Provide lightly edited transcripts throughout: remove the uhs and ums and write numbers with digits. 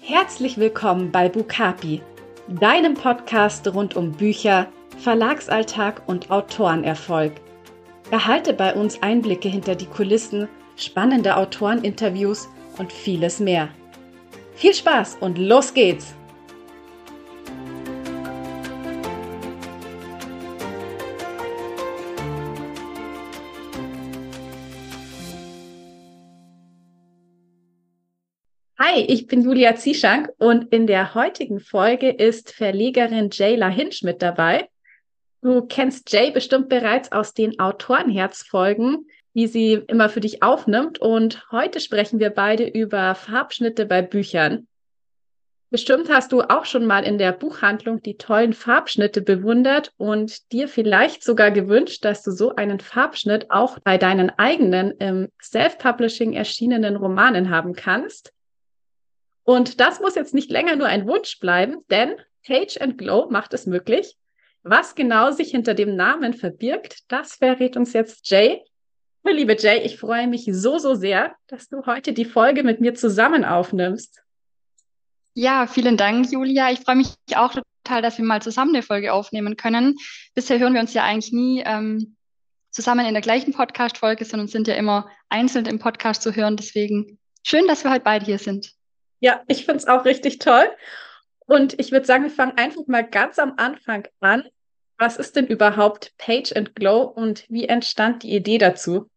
Herzlich willkommen bei Bukapi, deinem Podcast rund um Bücher, Verlagsalltag und Autorenerfolg. Erhalte bei uns Einblicke hinter die Kulissen, spannende Autoreninterviews und vieles mehr. Viel Spaß und los geht's! Hi, ich bin Julia Zieschank und in der heutigen Folge ist Verlegerin Jayla Hinsch mit dabei. Du kennst Jay bestimmt bereits aus den Autorenherz-Folgen, die sie immer für dich aufnimmt, und heute sprechen wir beide über Farbschnitte bei Büchern. Bestimmt hast du auch schon mal in der Buchhandlung die tollen Farbschnitte bewundert und dir vielleicht sogar gewünscht, dass du so einen Farbschnitt auch bei deinen eigenen im Self-Publishing erschienenen Romanen haben kannst. Und das muss jetzt nicht länger nur ein Wunsch bleiben, denn Page & Glow macht es möglich. Was genau sich hinter dem Namen verbirgt, das verrät uns jetzt Jay. Liebe Jay, ich freue mich so sehr, dass du heute die Folge mit mir zusammen aufnimmst. Ja, vielen Dank, Julia. Ich freue mich auch total, dass wir mal zusammen eine Folge aufnehmen können. Bisher hören wir uns ja eigentlich nie zusammen in der gleichen Podcast-Folge, sondern sind ja immer einzeln im Podcast zu hören. Deswegen schön, dass wir heute beide hier sind. Ja, ich finde es auch richtig toll. Und ich würde sagen, wir fangen einfach mal ganz am Anfang an. Was ist denn überhaupt Page & Glow und wie entstand die Idee dazu?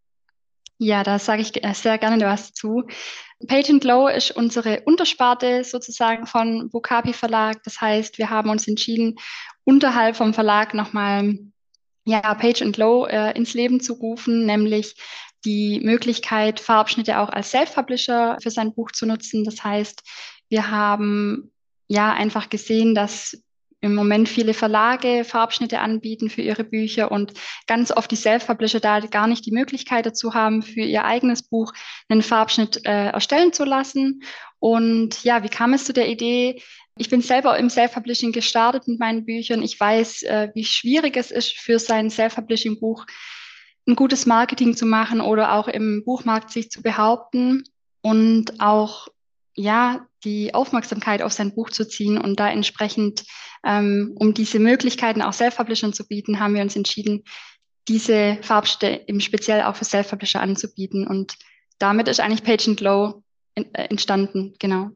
Ja, da sage ich sehr gerne was zu. Page & Glow ist unsere Untersparte sozusagen von Bukapi Verlag. Das heißt, wir haben uns entschieden, unterhalb vom Verlag nochmal Page & Glow ins Leben zu rufen, nämlich die Möglichkeit, Farbschnitte auch als Self-Publisher für sein Buch zu nutzen. Das heißt, wir haben ja einfach gesehen, dass im Moment viele Verlage Farbschnitte anbieten für ihre Bücher und ganz oft die Self-Publisher da gar nicht die Möglichkeit dazu haben, für ihr eigenes Buch einen Farbschnitt erstellen zu lassen. Und ja, wie kam es zu der Idee? Ich bin selber im Self-Publishing gestartet mit meinen Büchern. Ich weiß, wie schwierig es ist, für sein Self-Publishing-Buch ein gutes Marketing zu machen oder auch im Buchmarkt sich zu behaupten und auch ja die Aufmerksamkeit auf sein Buch zu ziehen. Und da entsprechend, um diese Möglichkeiten auch Self-Publishern zu bieten, haben wir uns entschieden, diese Farbschnitte im Speziell auch für Self-Publisher anzubieten. Und damit ist eigentlich Page & Glow entstanden, genau.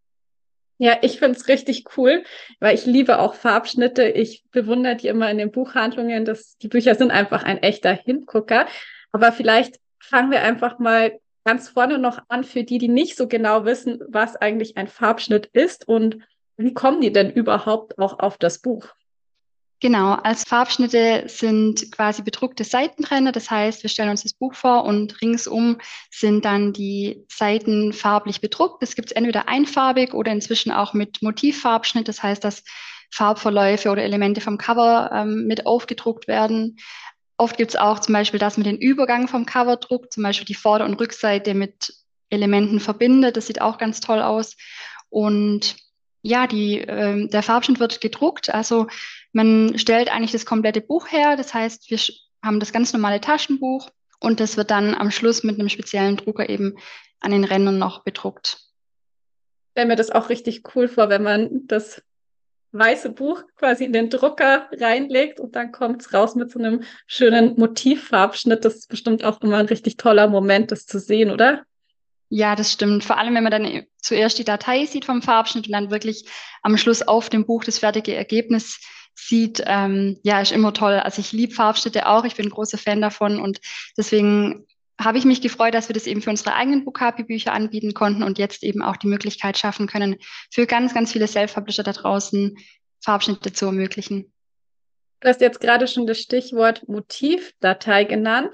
Ja, ich finde es richtig cool, weil ich liebe auch Farbschnitte. Ich bewundere die immer in den Buchhandlungen. Die Bücher sind einfach ein echter Hingucker. Aber vielleicht fangen wir einfach mal ganz vorne noch an für die, die nicht so genau wissen, was eigentlich ein Farbschnitt ist und wie kommen die denn überhaupt auch auf das Buch? Genau, als Farbschnitte sind quasi bedruckte Seitenränder. Das heißt, wir stellen uns das Buch vor und ringsum sind dann die Seiten farblich bedruckt. Das gibt es entweder einfarbig oder inzwischen auch mit Motivfarbschnitt. Das heißt, dass Farbverläufe oder Elemente vom Cover mit aufgedruckt werden. Oft gibt es auch zum Beispiel, dass man den Übergang vom Cover druckt, zum Beispiel die Vorder- und Rückseite mit Elementen verbindet. Das sieht auch ganz toll aus. Und ja, der Farbschnitt wird gedruckt. Also man stellt eigentlich das komplette Buch her. Das heißt, wir haben das ganz normale Taschenbuch und das wird dann am Schluss mit einem speziellen Drucker eben an den Rändern noch bedruckt. Ich stelle mir das auch richtig cool vor, wenn man das weiße Buch quasi in den Drucker reinlegt und dann kommt es raus mit so einem schönen Motivfarbschnitt. Das ist bestimmt auch immer ein richtig toller Moment, das zu sehen, oder? Ja, das stimmt. Vor allem, wenn man dann zuerst die Datei sieht vom Farbschnitt und dann wirklich am Schluss auf dem Buch das fertige Ergebnis sieht, ja, ist immer toll. Also ich liebe Farbschnitte auch. Ich bin ein großer Fan davon und deswegen habe ich mich gefreut, dass wir das eben für unsere eigenen Bukapi-Bücher anbieten konnten und jetzt eben auch die Möglichkeit schaffen können, für ganz, ganz viele Self-Publisher da draußen Farbschnitte zu ermöglichen. Du hast jetzt gerade schon das Stichwort Motivdatei genannt.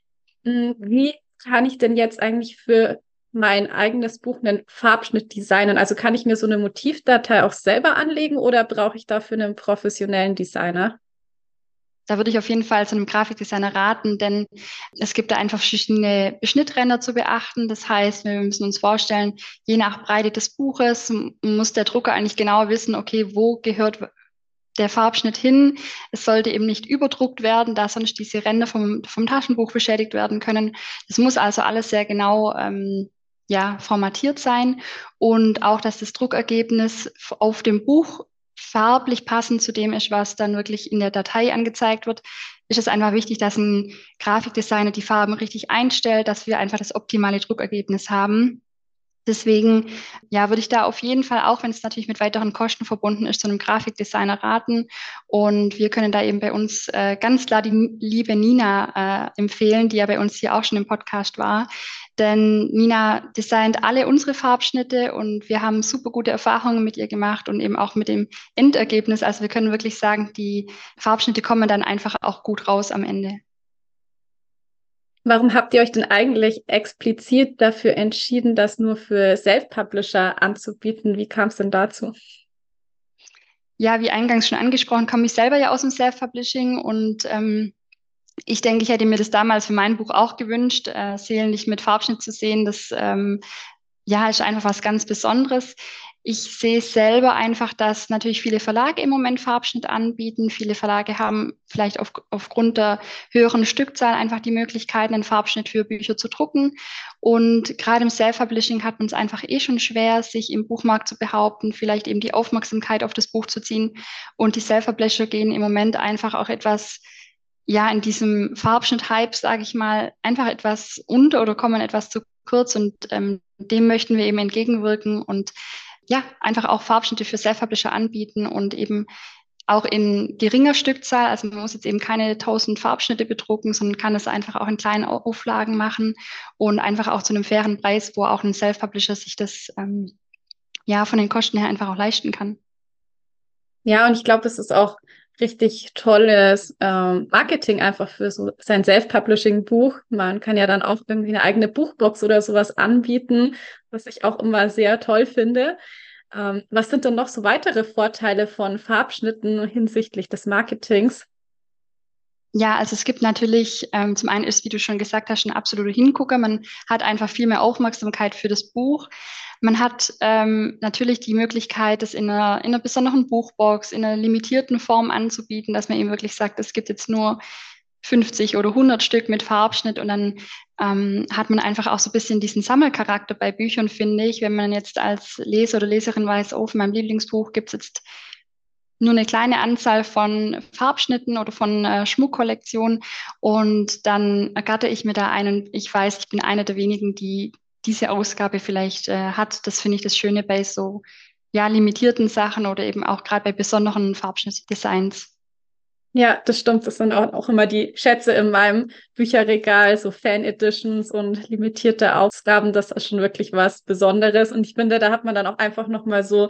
Wie kann ich denn jetzt eigentlich für mein eigenes Buch einen Farbschnitt designen? Also kann ich mir so eine Motivdatei auch selber anlegen oder brauche ich dafür einen professionellen Designer? Da würde ich auf jeden Fall zu einem Grafikdesigner raten, denn es gibt da einfach verschiedene Beschnittränder zu beachten. Das heißt, wir müssen uns vorstellen, je nach Breite des Buches muss der Drucker eigentlich genau wissen, okay, wo gehört der Farbschnitt hin. Es sollte eben nicht überdruckt werden, da sonst diese Ränder vom Taschenbuch beschädigt werden können. Das muss also alles sehr genau ja, formatiert sein und auch, dass das Druckergebnis auf dem Buch farblich passend zu dem ist, was dann wirklich in der Datei angezeigt wird, ist es einfach wichtig, dass ein Grafikdesigner die Farben richtig einstellt, dass wir einfach das optimale Druckergebnis haben. Deswegen, ja, würde ich da auf jeden Fall, auch wenn es natürlich mit weiteren Kosten verbunden ist, zu einem Grafikdesigner raten. Und wir können da eben bei uns ganz klar die liebe Nina empfehlen, die ja bei uns hier auch schon im Podcast war. Denn Nina designt alle unsere Farbschnitte und wir haben super gute Erfahrungen mit ihr gemacht und eben auch mit dem Endergebnis. Also wir können wirklich sagen, die Farbschnitte kommen dann einfach auch gut raus am Ende. Warum habt ihr euch denn eigentlich explizit dafür entschieden, das nur für Self-Publisher anzubieten? Wie kam es denn dazu? Ja, wie eingangs schon angesprochen, komme ich selber ja aus dem Self-Publishing und ich denke, ich hätte mir das damals für mein Buch auch gewünscht, Seelenlicht mit Farbschnitt zu sehen. Das ja, ist einfach was ganz Besonderes. Ich sehe selber einfach, dass natürlich viele Verlage im Moment Farbschnitt anbieten. Viele Verlage haben vielleicht aufgrund der höheren Stückzahl einfach die Möglichkeit, einen Farbschnitt für Bücher zu drucken. Und gerade im Self-Publishing hat man es einfach eh schon schwer, sich im Buchmarkt zu behaupten, vielleicht eben die Aufmerksamkeit auf das Buch zu ziehen. Und die Self-Publisher gehen im Moment einfach auch etwas, ja, in diesem Farbschnitt-Hype, sage ich mal, einfach etwas unter oder kommen etwas zu kurz und dem möchten wir eben entgegenwirken und ja, einfach auch Farbschnitte für Self-Publisher anbieten und eben auch in geringer Stückzahl. Also man muss jetzt eben keine 1000 Farbschnitte bedrucken, sondern kann es einfach auch in kleinen Auflagen machen und einfach auch zu einem fairen Preis, wo auch ein Self-Publisher sich das ja von den Kosten her einfach auch leisten kann. Ja, und ich glaube, es ist auch richtig tolles Marketing einfach für so sein Self-Publishing-Buch. Man kann ja dann auch irgendwie eine eigene Buchbox oder sowas anbieten, was ich auch immer sehr toll finde. Was sind denn noch so weitere Vorteile von Farbschnitten hinsichtlich des Marketings? Ja, also es gibt natürlich, zum einen ist, wie du schon gesagt hast, ein absoluter Hingucker. Man hat einfach viel mehr Aufmerksamkeit für das Buch. Man hat natürlich die Möglichkeit, das in einer besonderen Buchbox, in einer limitierten Form anzubieten, dass man eben wirklich sagt, es gibt jetzt nur 50 oder 100 Stück mit Farbschnitt und dann hat man einfach auch so ein bisschen diesen Sammelcharakter bei Büchern, finde ich. Wenn man jetzt als Leser oder Leserin weiß, oh, für mein Lieblingsbuch gibt es jetzt nur eine kleine Anzahl von Farbschnitten oder von Schmuckkollektionen und dann ergatter ich mir da einen. Ich weiß, ich bin eine der wenigen, die diese Ausgabe vielleicht hat. Das finde ich das Schöne bei so ja limitierten Sachen oder eben auch gerade bei besonderen Farbschnittdesigns. Ja, das stimmt. Das sind auch immer die Schätze in meinem Bücherregal, so Fan-Editions und limitierte Ausgaben. Das ist schon wirklich was Besonderes. Und ich finde, da hat man dann auch einfach nochmal so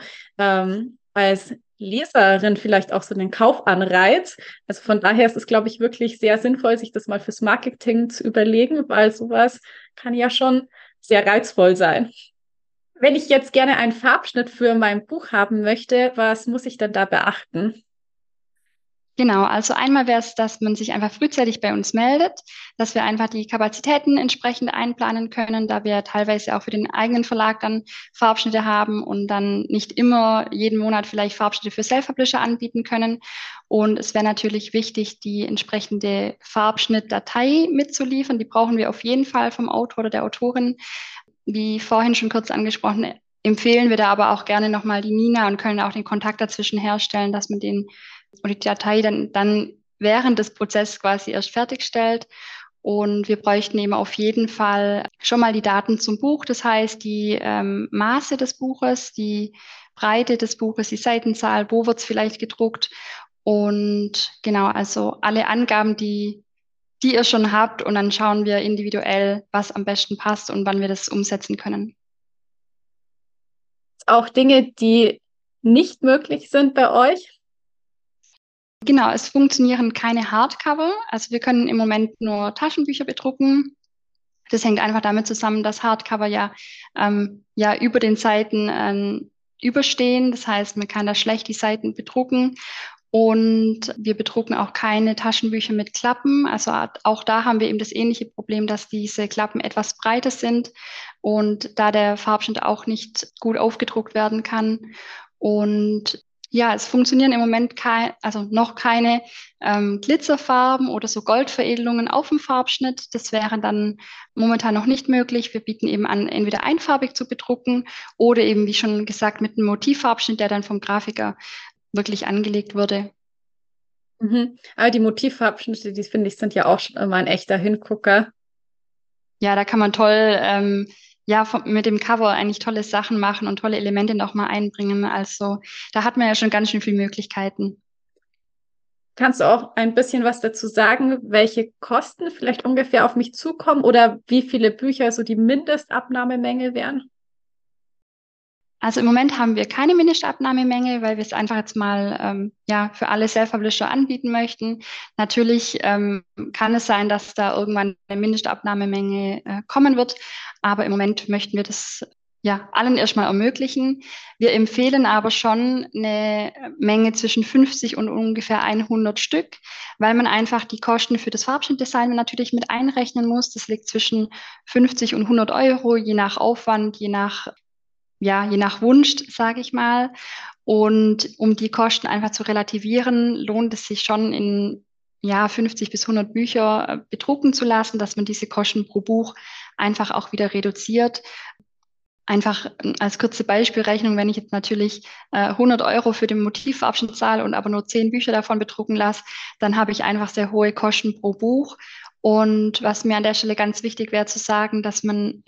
als Leserin vielleicht auch so den Kaufanreiz. Also von daher ist es, glaube ich, wirklich sehr sinnvoll, sich das mal fürs Marketing zu überlegen, weil sowas kann ja schon sehr reizvoll sein. Wenn ich jetzt gerne einen Farbschnitt für mein Buch haben möchte, was muss ich denn da beachten? Genau, also einmal wäre es, dass man sich einfach frühzeitig bei uns meldet, dass wir einfach die Kapazitäten entsprechend einplanen können, da wir teilweise auch für den eigenen Verlag dann Farbschnitte haben und dann nicht immer jeden Monat vielleicht Farbschnitte für Self-Publisher anbieten können. Und es wäre natürlich wichtig, die entsprechende Farbschnittdatei mitzuliefern. Die brauchen wir auf jeden Fall vom Autor oder der Autorin. Wie vorhin schon kurz angesprochen, empfehlen wir da aber auch gerne nochmal die Nina und können auch den Kontakt dazwischen herstellen, dass man den oder die Datei dann während des Prozesses quasi erst fertigstellt. Und wir bräuchten eben auf jeden Fall schon mal die Daten zum Buch, das heißt die Maße des Buches, die Breite des Buches, die Seitenzahl, wo wird es vielleicht gedruckt und genau, also alle Angaben, die ihr schon habt und dann schauen wir individuell, was am besten passt und wann wir das umsetzen können. Auch Dinge, die nicht möglich sind bei euch? Genau, es funktionieren keine Hardcover. Also wir können im Moment nur Taschenbücher bedrucken. Das hängt einfach damit zusammen, dass Hardcover ja über den Seiten überstehen. Das heißt, man kann da schlecht die Seiten bedrucken. Und wir bedrucken auch keine Taschenbücher mit Klappen. Also auch da haben wir eben das ähnliche Problem, dass diese Klappen etwas breiter sind und da der Farbschnitt auch nicht gut aufgedruckt werden kann. Und Ja, es funktionieren im Moment also noch keine Glitzerfarben oder so Goldveredelungen auf dem Farbschnitt. Das wäre dann momentan noch nicht möglich. Wir bieten eben an, entweder einfarbig zu bedrucken oder eben, wie schon gesagt, mit einem Motivfarbschnitt, der dann vom Grafiker wirklich angelegt wurde. Mhm. Aber die Motivfarbschnitte, die finde ich, sind ja auch schon immer ein echter Hingucker. Ja, da kann man toll, ja, mit dem Cover eigentlich tolle Sachen machen und tolle Elemente nochmal einbringen. Also da hat man ja schon ganz schön viele Möglichkeiten. Kannst du auch ein bisschen was dazu sagen, welche Kosten vielleicht ungefähr auf mich zukommen oder wie viele Bücher so die Mindestabnahmemenge wären? Also im Moment haben wir keine Mindestabnahmemenge, weil wir es einfach jetzt mal ja, für alle Self-Publisher anbieten möchten. Natürlich kann es sein, dass da irgendwann eine Mindestabnahmemenge kommen wird, aber im Moment möchten wir das ja allen erstmal ermöglichen. Wir empfehlen aber schon eine Menge zwischen 50 und ungefähr 100 Stück, weil man einfach die Kosten für das Farbschnittdesign natürlich mit einrechnen muss. Das liegt zwischen 50 und 100 Euro, je nach Aufwand, je nach Wunsch, sage ich mal. Und um die Kosten einfach zu relativieren, lohnt es sich schon in ja, 50 bis 100 Bücher bedrucken zu lassen, dass man diese Kosten pro Buch einfach auch wieder reduziert. Einfach als kurze Beispielrechnung, wenn ich jetzt natürlich 100 Euro für den Motivabschnitt zahle und aber nur 10 Bücher davon bedrucken lasse, dann habe ich einfach sehr hohe Kosten pro Buch. Und was mir an der Stelle ganz wichtig wäre zu sagen, dass man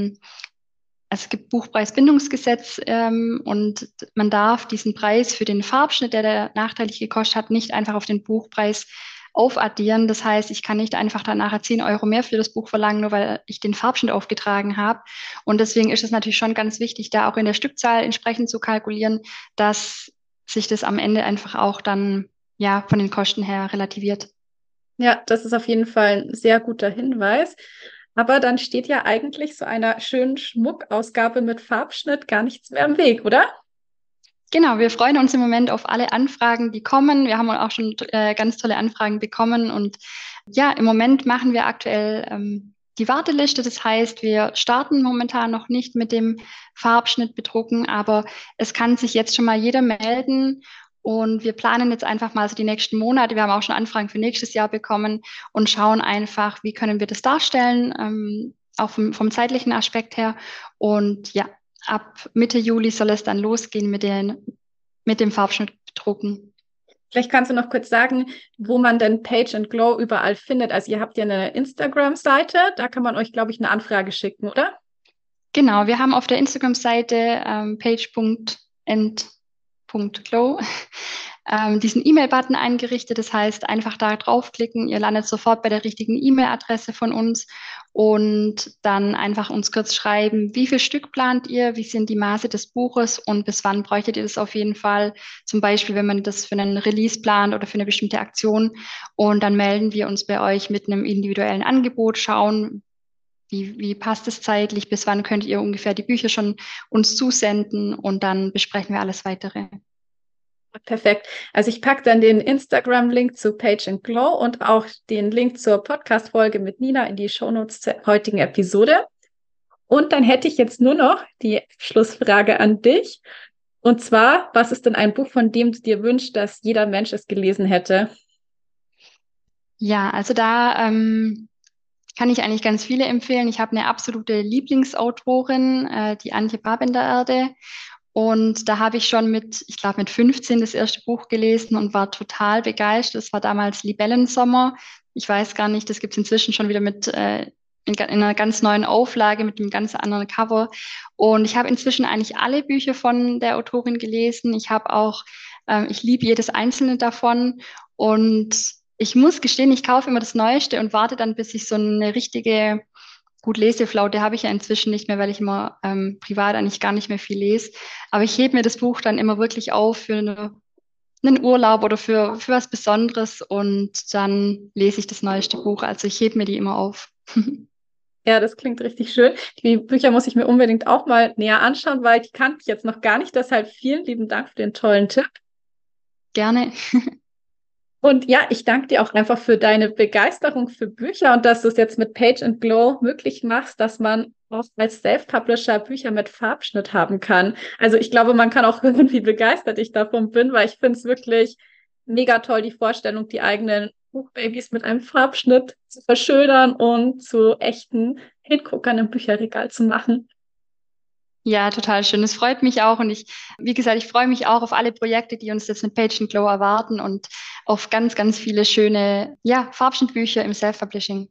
es gibt Buchpreisbindungsgesetz und man darf diesen Preis für den Farbschnitt, der nachteilig gekostet hat, nicht einfach auf den Buchpreis aufaddieren. Das heißt, ich kann nicht einfach dann nachher 10 Euro mehr für das Buch verlangen, nur weil ich den Farbschnitt aufgetragen habe. Und deswegen ist es natürlich schon ganz wichtig, da auch in der Stückzahl entsprechend zu kalkulieren, dass sich das am Ende einfach auch dann ja von den Kosten her relativiert. Ja, das ist auf jeden Fall ein sehr guter Hinweis. Aber dann steht ja eigentlich so einer schönen Schmuckausgabe mit Farbschnitt gar nichts mehr im Weg, oder? Genau, wir freuen uns im Moment auf alle Anfragen, die kommen. Wir haben auch schon ganz tolle Anfragen bekommen. Und ja, im Moment machen wir aktuell die Warteliste. Das heißt, wir starten momentan noch nicht mit dem Farbschnitt bedrucken, aber es kann sich jetzt schon mal jeder melden. Und wir planen jetzt einfach mal so die nächsten Monate. Wir haben auch schon Anfragen für nächstes Jahr bekommen und schauen einfach, wie können wir das darstellen, auch vom zeitlichen Aspekt her. Und ja, ab Mitte Juli soll es dann losgehen mit dem Farbschnittdrucken. Vielleicht kannst du noch kurz sagen, wo man denn Page and Glow überall findet. Also ihr habt ja eine Instagram-Seite, da kann man euch, glaube ich, eine Anfrage schicken, oder? Genau, wir haben auf der Instagram-Seite page.and.glow diesen E-Mail-Button eingerichtet. Das heißt, einfach da draufklicken. Ihr landet sofort bei der richtigen E-Mail-Adresse von uns und dann einfach uns kurz schreiben, wie viel Stück plant ihr, wie sind die Maße des Buches und bis wann bräuchtet ihr das auf jeden Fall. Zum Beispiel, wenn man das für einen Release plant oder für eine bestimmte Aktion. Und dann melden wir uns bei euch mit einem individuellen Angebot, schauen, wie passt es zeitlich, bis wann könnt ihr ungefähr die Bücher schon uns zusenden und dann besprechen wir alles weitere. Perfekt. Also ich packe dann den Instagram-Link zu Page and Glow und auch den Link zur Podcast-Folge mit Nina in die Shownotes zur heutigen Episode. Und dann hätte ich jetzt nur noch die Schlussfrage an dich. Und zwar, was ist denn ein Buch, von dem du dir wünschst, dass jeder Mensch es gelesen hätte? Ja, also da kann ich eigentlich ganz viele empfehlen. Ich habe eine absolute Lieblingsautorin, die Antje Babender-Erde. Und da habe ich schon ich glaube, mit 15 das erste Buch gelesen und war total begeistert. Es war damals Libellensommer. Ich weiß gar nicht, das gibt es inzwischen schon wieder in einer ganz neuen Auflage mit einem ganz anderen Cover. Und ich habe inzwischen eigentlich alle Bücher von der Autorin gelesen. Ich liebe jedes einzelne davon. Und ich muss gestehen, ich kaufe immer das Neueste und warte dann, bis ich so eine richtige gut Leseflaute habe ich ja inzwischen nicht mehr, weil ich immer privat eigentlich gar nicht mehr viel lese. Aber ich hebe mir das Buch dann immer wirklich auf für einen Urlaub oder für was Besonderes und dann lese ich das neueste Buch. Also ich hebe mir die immer auf. Ja, das klingt richtig schön. Die Bücher muss ich mir unbedingt auch mal näher anschauen, weil die kannte ich jetzt noch gar nicht. Deshalb vielen lieben Dank für den tollen Tipp. Gerne. Und ja, ich danke dir auch einfach für deine Begeisterung für Bücher und dass du es jetzt mit Page and Glow möglich machst, dass man auch als Self-Publisher Bücher mit Farbschnitt haben kann. Also ich glaube, man kann auch hören, wie begeistert ich davon bin, weil ich finde es wirklich mega toll, die Vorstellung, die eigenen Buchbabys mit einem Farbschnitt zu verschönern und zu echten Hinguckern im Bücherregal zu machen. Ja, total schön. Es freut mich auch und wie gesagt, ich freue mich auch auf alle Projekte, die uns jetzt mit Page and Glow erwarten und auf ganz, ganz viele schöne, ja, Farbschnittbücher im Self-Publishing.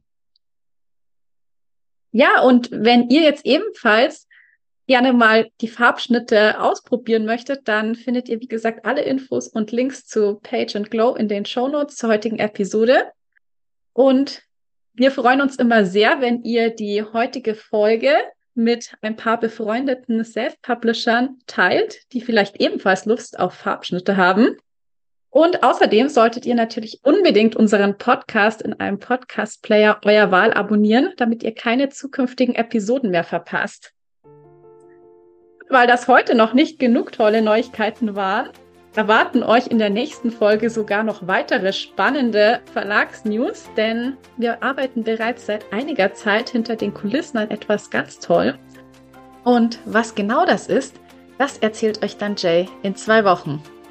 Ja, und wenn ihr jetzt ebenfalls gerne mal die Farbschnitte ausprobieren möchtet, dann findet ihr, wie gesagt, alle Infos und Links zu Page and Glow in den Shownotes zur heutigen Episode. Und wir freuen uns immer sehr, wenn ihr die heutige Folge mit ein paar befreundeten Self-Publishern teilt, die vielleicht ebenfalls Lust auf Farbschnitte haben. Und außerdem solltet ihr natürlich unbedingt unseren Podcast in einem Podcast-Player eurer Wahl abonnieren, damit ihr keine zukünftigen Episoden mehr verpasst. Weil das heute noch nicht genug tolle Neuigkeiten waren, erwarten euch in der nächsten Folge sogar noch weitere spannende Verlagsnews, denn wir arbeiten bereits seit einiger Zeit hinter den Kulissen an etwas ganz toll. Und was genau das ist, das erzählt euch dann Jay in 2 Wochen.